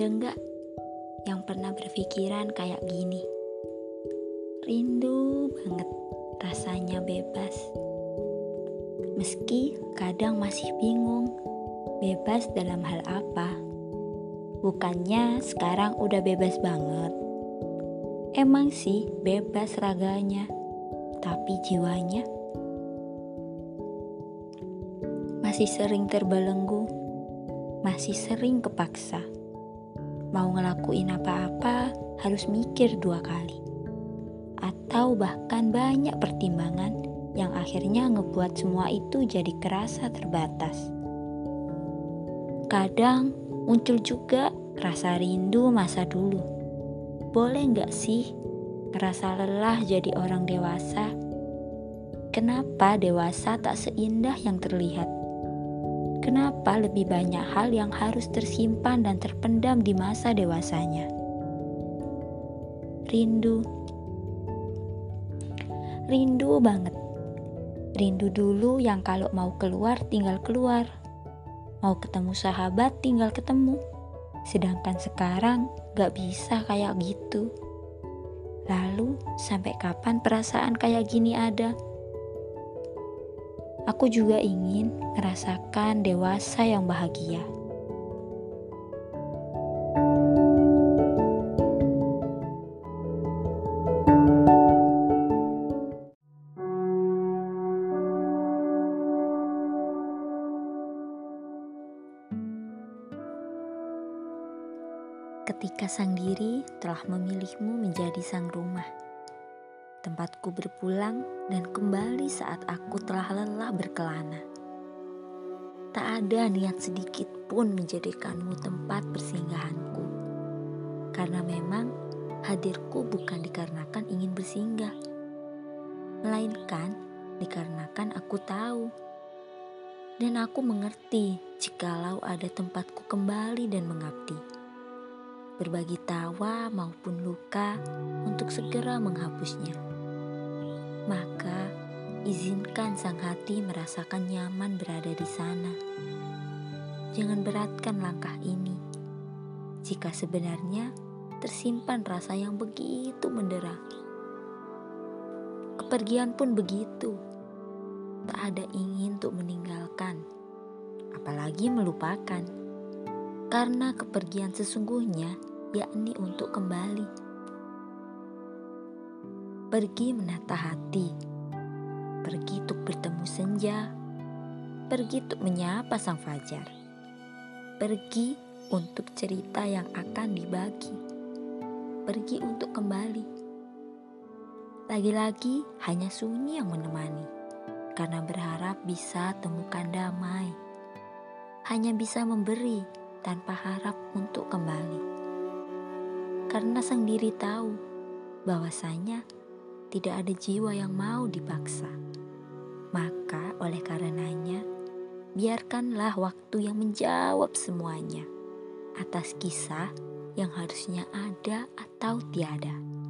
Ada nggak yang pernah berpikiran kayak gini? Rindu banget rasanya bebas. Meski kadang masih bingung, bebas dalam hal apa? Bukannya sekarang udah bebas banget. Emang sih bebas raganya, tapi jiwanya masih sering terbelenggu, masih sering kepaksa. Mau ngelakuin apa-apa harus mikir 2 kali. Atau bahkan banyak pertimbangan yang akhirnya ngebuat semua itu jadi kerasa terbatas. Kadang muncul juga rasa rindu masa dulu. Boleh gak sih ngerasa lelah jadi orang dewasa? Kenapa dewasa tak seindah yang terlihat? Kenapa lebih banyak hal yang harus tersimpan dan terpendam di masa dewasanya? Rindu banget. Rindu dulu yang kalau mau keluar tinggal keluar, mau ketemu sahabat tinggal ketemu. Sedangkan sekarang gak bisa kayak gitu. Lalu sampai kapan perasaan kayak gini ada? Aku juga ingin merasakan dewasa yang bahagia. Ketika sang diri telah memilihmu menjadi sang rumah, tempatku berpulang dan kembali saat aku telah lelah berkelana. Tak ada niat sedikit pun menjadikanmu tempat persinggahanku, karena memang hadirku bukan dikarenakan ingin bersinggah, melainkan dikarenakan aku tahu dan aku mengerti jikalau ada tempatku kembali dan mengabdi, berbagi tawa maupun luka untuk segera menghapusnya. Maka izinkan sang hati merasakan nyaman berada di sana. Jangan beratkan langkah ini, jika sebenarnya tersimpan rasa yang begitu mendera. Kepergian pun begitu, tak ada ingin untuk meninggalkan, apalagi melupakan, karena kepergian sesungguhnya yakni untuk kembali. Pergi menata hati, pergi untuk bertemu senja, pergi untuk menyapa sang fajar, pergi untuk cerita yang akan dibagi, pergi untuk kembali. Lagi-lagi hanya sunyi yang menemani, karena berharap bisa temukan damai. Hanya bisa memberi tanpa harap untuk kembali. Karena sang diri tahu bahwasanya tidak ada jiwa yang mau dipaksa. Maka oleh karenanya, biarkanlah waktu yang menjawab semuanya atas kisah yang harusnya ada atau tiada.